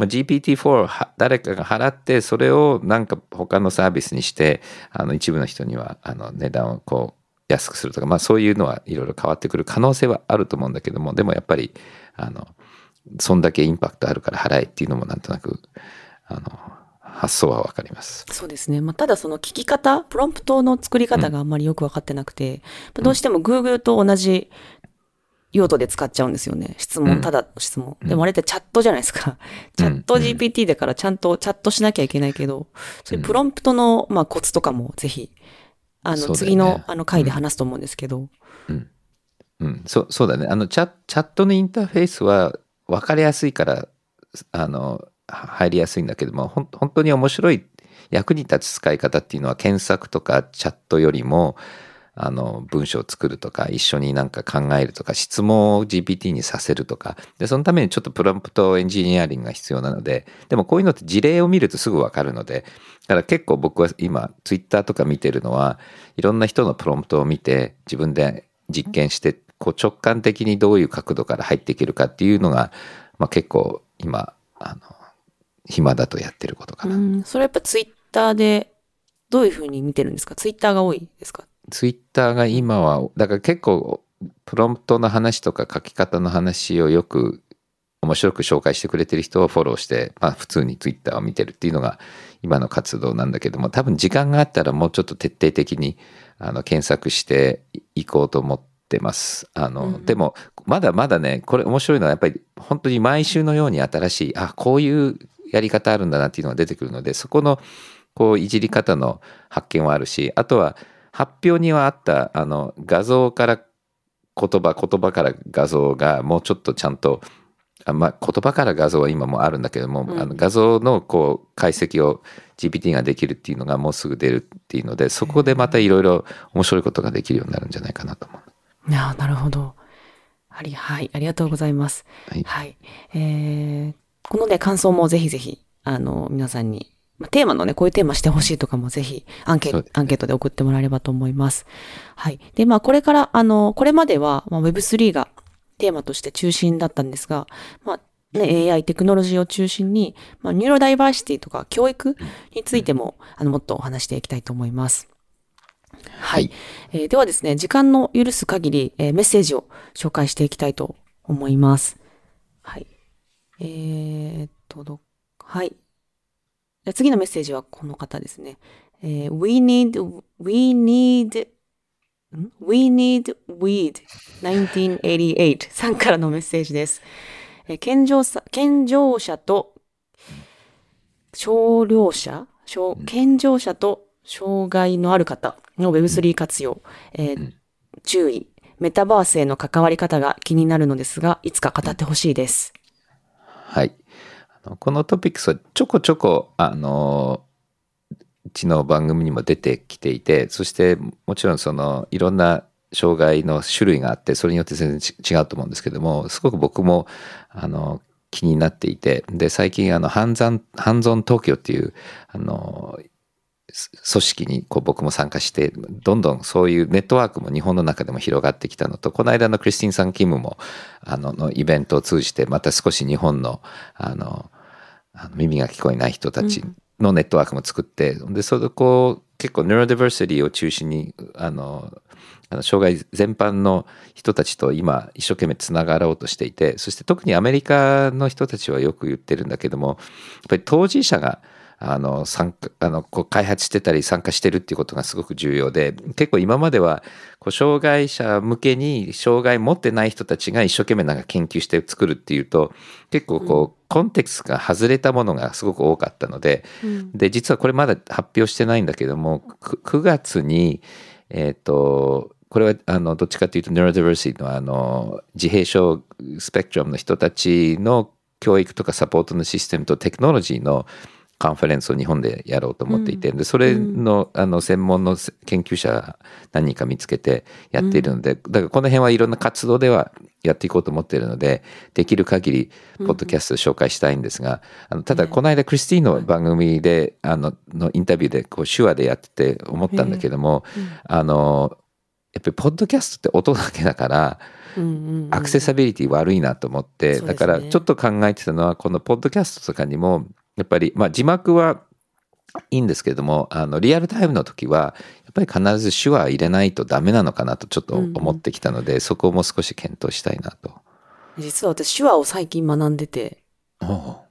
GPT-4 誰かが払ってそれを他のサービスにして一部の人には値段を安くするとか、そういうのはいろいろ変わってくる可能性はあると思うんだけども、でもやっぱりそんだけインパクトあるから払えっていうのもなんとなく発想はわかります。 そうですね。まあ、ただその聞き方、プロンプトの作り方があんまりよくわかってなくて、どうしても Google と同じ用途で使っちゃうんですよね。質問、ただ質問。でもあれってチャットじゃないですか。チャット GPT だからちゃんとチャットしなきゃいけないけど、そういうプロンプトの、まあ、コツとかもぜひ、次の回で話すと思うんですけど。 そうだね。チャットのインターフェースは分かりやすいから、入りやすいんだけども、本当に面白い役に立つ使い方っていうのは検索とかチャットよりも、文章を作るとか、一緒になんか考えるとか、質問を GPT にさせるとか、で、そのためにちょっとプロンプトエンジニアリングが必要なので、でもこういうのって事例を見るとすぐわかるので、だから結構僕は今、ツイッターとか見てるのは、いろんな人のプロンプトを見て、自分で実験して、こう直感的にどういう角度から入っていけるかっていうのが、まあ、結構今、暇だとやってることかな。 それやっぱツイッターでどういうふうに見てるんですか？ツイッターが多いですか？ ツイッターが今は、だから結構プロンプトの話とか書き方の話をよく面白く紹介してくれてる人をフォローして、まあ普通にツイッターを見てるっていうのが今の活動なんだけども、多分時間があったらもうちょっと徹底的に検索していこうと思ってます。でもまだまだね、これ面白いのはやっぱり本当に毎週のように新しい、こういうやり方あるんだなっていうのが出てくるので、そこのこういじり方の発見はあるし、あとは発表にはあった画像から言葉から画像がもうちょっとちゃんと、まあ、言葉から画像は今もあるんだけども、画像のこう解析を GPT ができるっていうのがもうすぐ出るっていうので、そこでまたいろいろ面白いことができるようになるんじゃないかなと思う。 なるほど。はい、ありがとうございます。はい。このね、感想もぜひぜひ、皆さんに、テーマのね、こういうテーマしてほしいとかもぜひアンケートで送ってもらえればと思います。はい。で、これから、これまでは、Web3 がテーマとして中心だったんですが、AI テクノロジーを中心に、ニューロダイバーシティとか教育についても、もっとお話していきたいと思います。はい。ではですね、時間の許す限り、メッセージを紹介していきたいと思います。はい。はい。次のメッセージはこの方ですね。We need weed 1988さんからのメッセージです。健常者と少量者、健常者と障害のある方の Web3 活用、注意、メタバースへの関わり方が気になるのですが、いつか語ってほしいです。 はい。このトピックスはちょこちょこうちの番組にも出てきていて、そしてもちろんそのいろんな障害の種類があって、それによって全然違うと思うんですけども、すごく僕も気になっていて、で最近ハンズオン東京っていう組織にこう僕も参加して、どんどんそういうネットワークも日本の中でも広がってきたのと、この間のクリスティンさんキムものイベントを通じてまた少し日本の耳が聞こえない人たちのネットワークも作って、でそれでこう結構ニューロダイバーシティを中心に障害全般の人たちと今一生懸命つながろうとしていて、そして特にアメリカの人たちはよく言ってるんだけども、やっぱり当事者がこう開発してたり参加してるっていうことがすごく重要で、結構今まではこう障害者向けに障害持ってない人たちが一生懸命なんか研究して作るっていうと、結構こうコンテクストが外れたものがすごく多かったので、で実はこれまだ発表してないんだけども、9月にこれはどっちかというとニューロダイバーシティの自閉症スペクトラムの人たちの教育とかサポートのシステムとテクノロジーのカンファレンスを日本でやろうと思っていて、でそれの専門の研究者何人か見つけてやっているので、だからこの辺はいろんな活動ではやっていこうと思っているので、できる限りポッドキャストを紹介したいんですが、ただこの間クリスティーンの番組でのインタビューでこう手話でやってて思ったんだけども、やっぱりポッドキャストって音だけだから、アクセサビリティ悪いなと思って、だからちょっと考えてたのは、このポッドキャストとかにもやっぱり字幕はいいんですけれども、リアルタイムの時はやっぱり必ず手話入れないとダメなのかなとちょっと思ってきたので、そこも少し検討したいなと。 実は私手話を最近学んでて、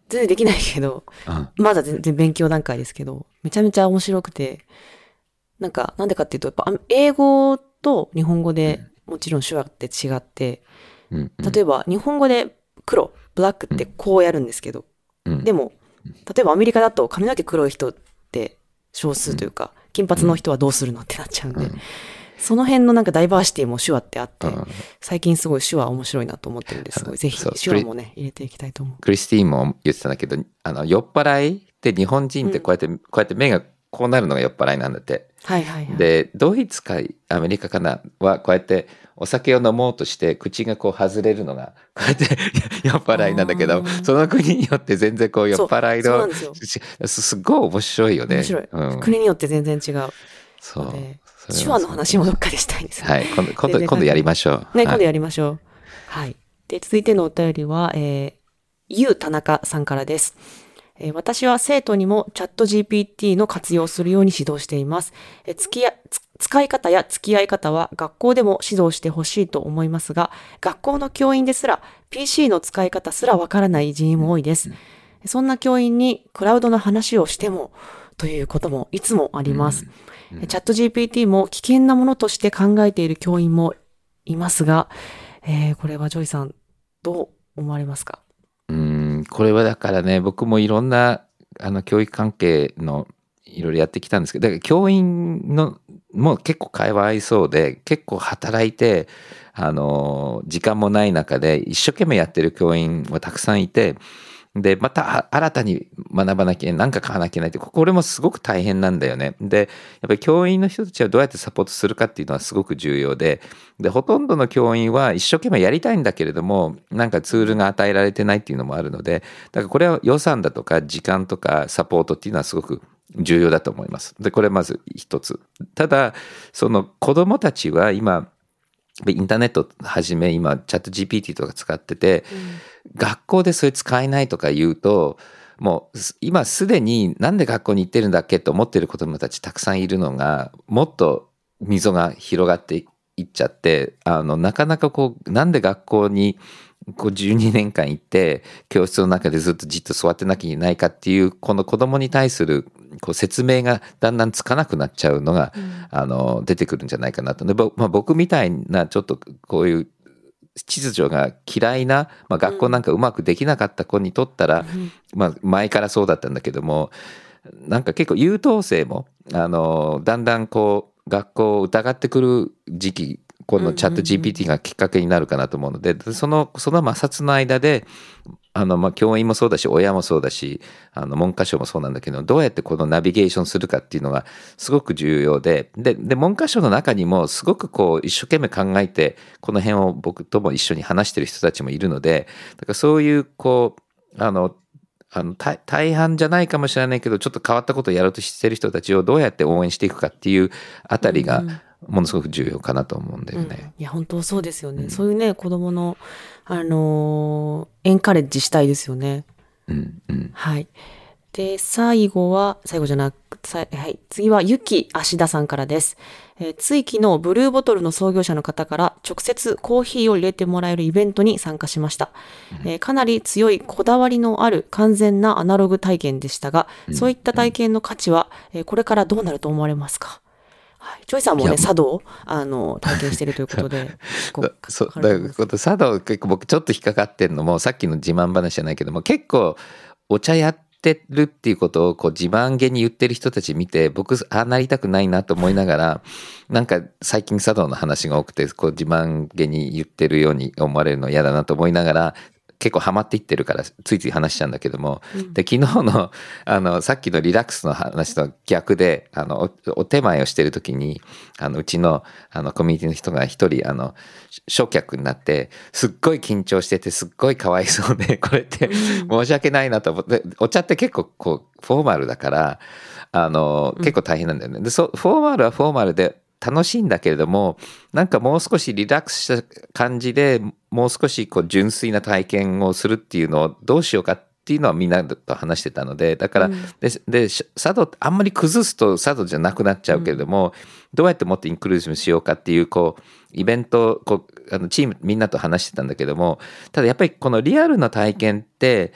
全然できないけど、まだ全然勉強段階ですけど、めちゃめちゃ面白くて、なんでかっていうと、やっぱ英語と日本語でもちろん手話って違って、例えば日本語で黒、ブラックってこうやるんですけど、でも、例えばアメリカだと髪の毛黒い人って少数というか、金髪の人はどうするのってなっちゃうんで、その辺のダイバーシティも手話ってあって、最近すごい手話面白いなと思ってるんですごい、ぜひ手話もね、入れていきたいと思う。 クリスティーンも言ってたんだけど、酔っ払いって日本人ってこうやって目がこうなるのが酔っ払いなんだって。で、ドイツかアメリカかなはこうやってお酒を飲もうとして口がこう外れるのがこうやって酔っ払いなんだけど、その国によって全然こう酔っ払いのすっごい面白いよね。 面白い。国によって全然違う。 そう。 手話の話もどっかでしたいんですよね。 はい。今度やりましょう。 ね、今度やりましょう。はい。で、続いてのお便りは、ゆう田中さんからです。私は生徒にもチャット GPT の活用をするように指導しています。使い方や付き合い方は学校でも指導してほしいと思いますが、学校の教員ですら PC の使い方すらわからない人員も多いです。そんな教員にクラウドの話をしてもということもいつもあります。チャット GPT も危険なものとして考えている教員もいますが、これはジョイさんどう思われますか？ これはだからね、僕もいろんな教育関係のいろいろやってきたんですけど、だから教員のも結構かわいそうで、結構働いて時間もない中で一生懸命やってる教員はたくさんいて、でまた新たに学ばなきゃ何か買わなきゃいけないって、これもすごく大変なんだよね。でやっぱり教員の人たちはどうやってサポートするかっていうのはすごく重要で、ほとんどの教員は一生懸命やりたいんだけれども、ツールが与えられてないっていうのもあるので、だからこれは予算だとか時間とかサポートっていうのはすごく重要だと思います。でこれまず一つ。ただその子どもたちは今インターネットはじめ今チャット GPT とか使ってて、学校でそれ使えないとか言うと、もう今すでになんで学校に行ってるんだっけと思ってる子どもたちたくさんいるのが、もっと溝が広がっていっちゃって、なかなかなんで学校に12年間行って教室の中でずっとじっと座ってなきゃいけないかっていう、この子どもに対する説明がだんだんつかなくなっちゃうのが、出てくるんじゃないかなと。で、僕みたいなちょっとこういう秩序が嫌いな、学校なんかうまくできなかった子にとったら、前からそうだったんだけども、結構優等生もだんだん学校を疑ってくる時期、このチャット GPT がきっかけになるかなと思うので、その摩擦の間で教員もそうだし親もそうだし文科省もそうなんだけど、どうやってこのナビゲーションするかっていうのがすごく重要で、文科省の中にもすごく一生懸命考えてこの辺を僕とも一緒に話してる人たちもいるので、だからそういう大半じゃないかもしれないけどちょっと変わったことをやろうとしてる人たちをどうやって応援していくかっていうあたりがものすごく重要かなと思うんだよね。 いや本当そうですよね。そういうね子供のエンカレッジしたいですよね。はい。で最後じゃなく次はゆき芦田さんからです。つい昨日ブルーボトルの創業者の方から直接コーヒーを入れてもらえるイベントに参加しました。かなり強いこだわりのある完全なアナログ体験でしたが、そういった体験の価値は、これからどうなると思われますか？ジョイさんもね茶道を体験しているということで茶道結構僕ちょっと引っかかってるのも、さっきの自慢話じゃないけども、結構お茶やってるっていうことを自慢げに言ってる人たち見て、僕なりたくないなと思いながら、最近茶道の話が多くて自慢げに言ってるように思われるの嫌だなと思いながら、結構ハマっていってるからついつい話しちゃうんだけども、で昨日のさっきのリラックスの話と逆でお手前をしてる時にうちのコミュニティの人が一人初客になって、すっごい緊張しててすっごいかわいそうで、これって申し訳ないなと思って、お茶って結構フォーマルだから結構大変なんだよね。でフォーマルはフォーマルで楽しいんだけれども、もう少しリラックスした感じでもう少し純粋な体験をするっていうのをどうしようかっていうのはみんなと話してたので、だから、茶道ってあんまり崩すと茶道じゃなくなっちゃうけれども、どうやってもっとインクルーシブしようかっていうイベントチームみんなと話してたんだけども、ただやっぱりこのリアルな体験って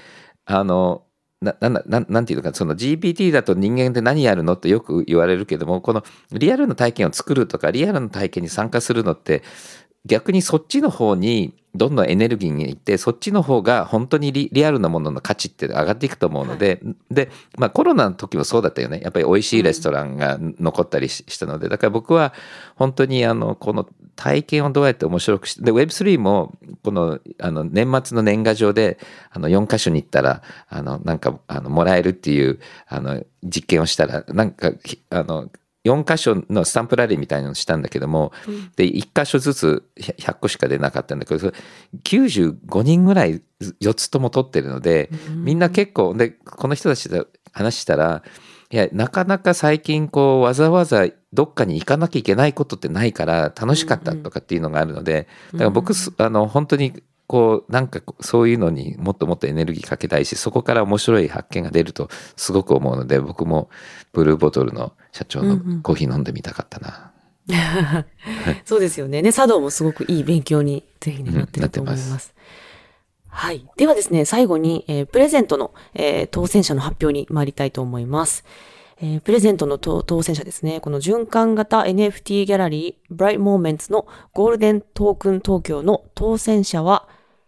なんていうのか、その GPT だと人間って何やるのってよく言われるけども、このリアルな体験を作るとか、リアルな体験に参加するのって、逆にそっちの方にどんどんエネルギーにいって、そっちの方が本当にリアルなものの価値って上がっていくと思うので、で、コロナの時もそうだったよね。やっぱり美味しいレストランが残ったりしたので、だから僕は本当にこの体験をどうやって面白くして、で Web3 もこの年末の年賀状で4カ所に行ったらなんかもらえるっていう実験をしたら、なんか4箇所のスタンプラリーみたいなのをしたんだけども、で1箇所ずつ100個しか出なかったんだけど、95人ぐらい4つとも取ってるので、みんな結構で、この人たちと話したら、いやなかなか最近こうわざわざどっかに行かなきゃいけないことってないから楽しかったとかっていうのがあるので、だから僕本当にこうなんかそういうのにもっともっとエネルギーかけたいし、そこから面白い発見が出るとすごく思うので、僕もブルーボトルの社長のコーヒー飲んでみたかったな。 そうですよね。茶道もすごくいい勉強にぜひなってると思います。はい。ではですね、最後に、プレゼントの、当選者の発表に参りたいと思います。プレゼントの当選者ですね。この循環型 NFT ギャラリー Bright Moments のゴールデントークン東京の当選者は、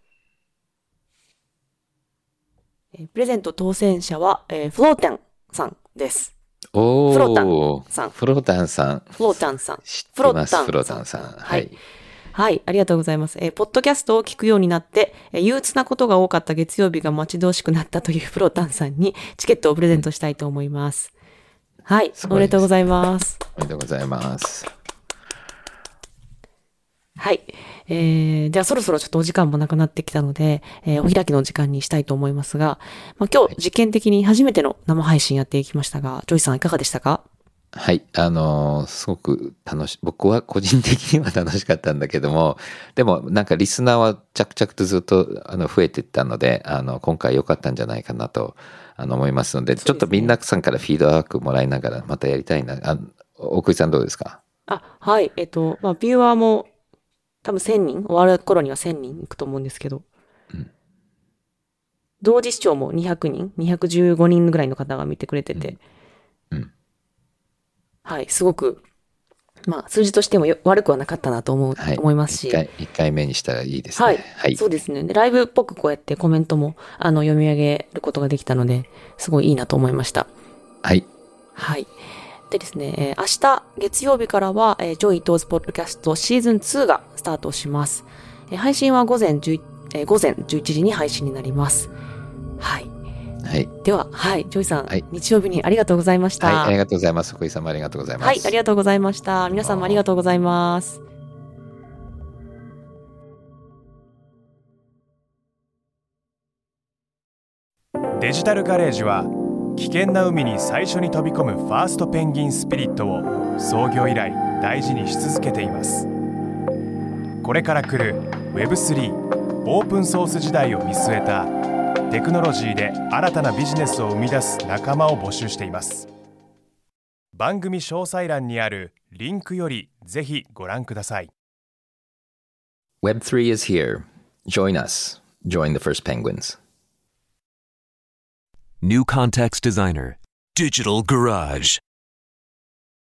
プレゼント当選者は、フロータンさんです。 おー。 フロータンさん。 フロータンさん。 フロータンさん。 知ってます、フロータンさん。はい。 はい、ありがとうございます。ポッドキャストを聞くようになって、憂鬱なことが多かった月曜日が待ち遠しくなったというフロータンさんにチケットをプレゼントしたいと思います。はい、おめでとうございます。 おめでとうございます。 はい。ではそろそろちょっとお時間もなくなってきたので、お開きの時間にしたいと思いますが、今日実験的に初めての生配信やっていきましたが、ジョイさんいかがでしたか？ はい。すごく僕は個人的には楽しかったんだけども、でもなんかリスナーは着々とずっと増えていったので、今回良かったんじゃないかなと思いますので、ちょっとみんなさんからフィードバックもらいながらまたやりたいな。奥井さんどうですか？ はい。ビューワーも多分1000人、終わる頃には1000人いくと思うんですけど、同時視聴も200人、215人ぐらいの方が見てくれてて、はい、すごく、数字としても悪くはなかったなと思いますし。 1回目にしたらいいですね。 はい。そうですね。でライブっぽくこうやってコメントも、読み上げることができたので、すごいいいなと思いました。 はい。 はい。でですね、明日月曜日からは、ジョイ・トーズ・ポッドキャストシーズン2がスタートします。配信は午前11時に配信になります。はい。はい。では、はい、ジョイさん、日曜日にありがとうございました。 はい、ありがとうございます。福井さんもありがとうございます。 はい、ありがとうございました。皆さんもありがとうございます。 デジタルガレージは危険な海に最初に飛び込むファーストペンギンスピリットを創業以来大事にし続けています。これから来る Web3 オープンソース時代を見据えたテクノロジーで新たなビジネスを生み出す仲間を募集しています。番組詳細欄にあるリンクよりぜひご覧ください。 Web3 is here. Join us. Join the first penguins. New Context Designer, Digital Garage.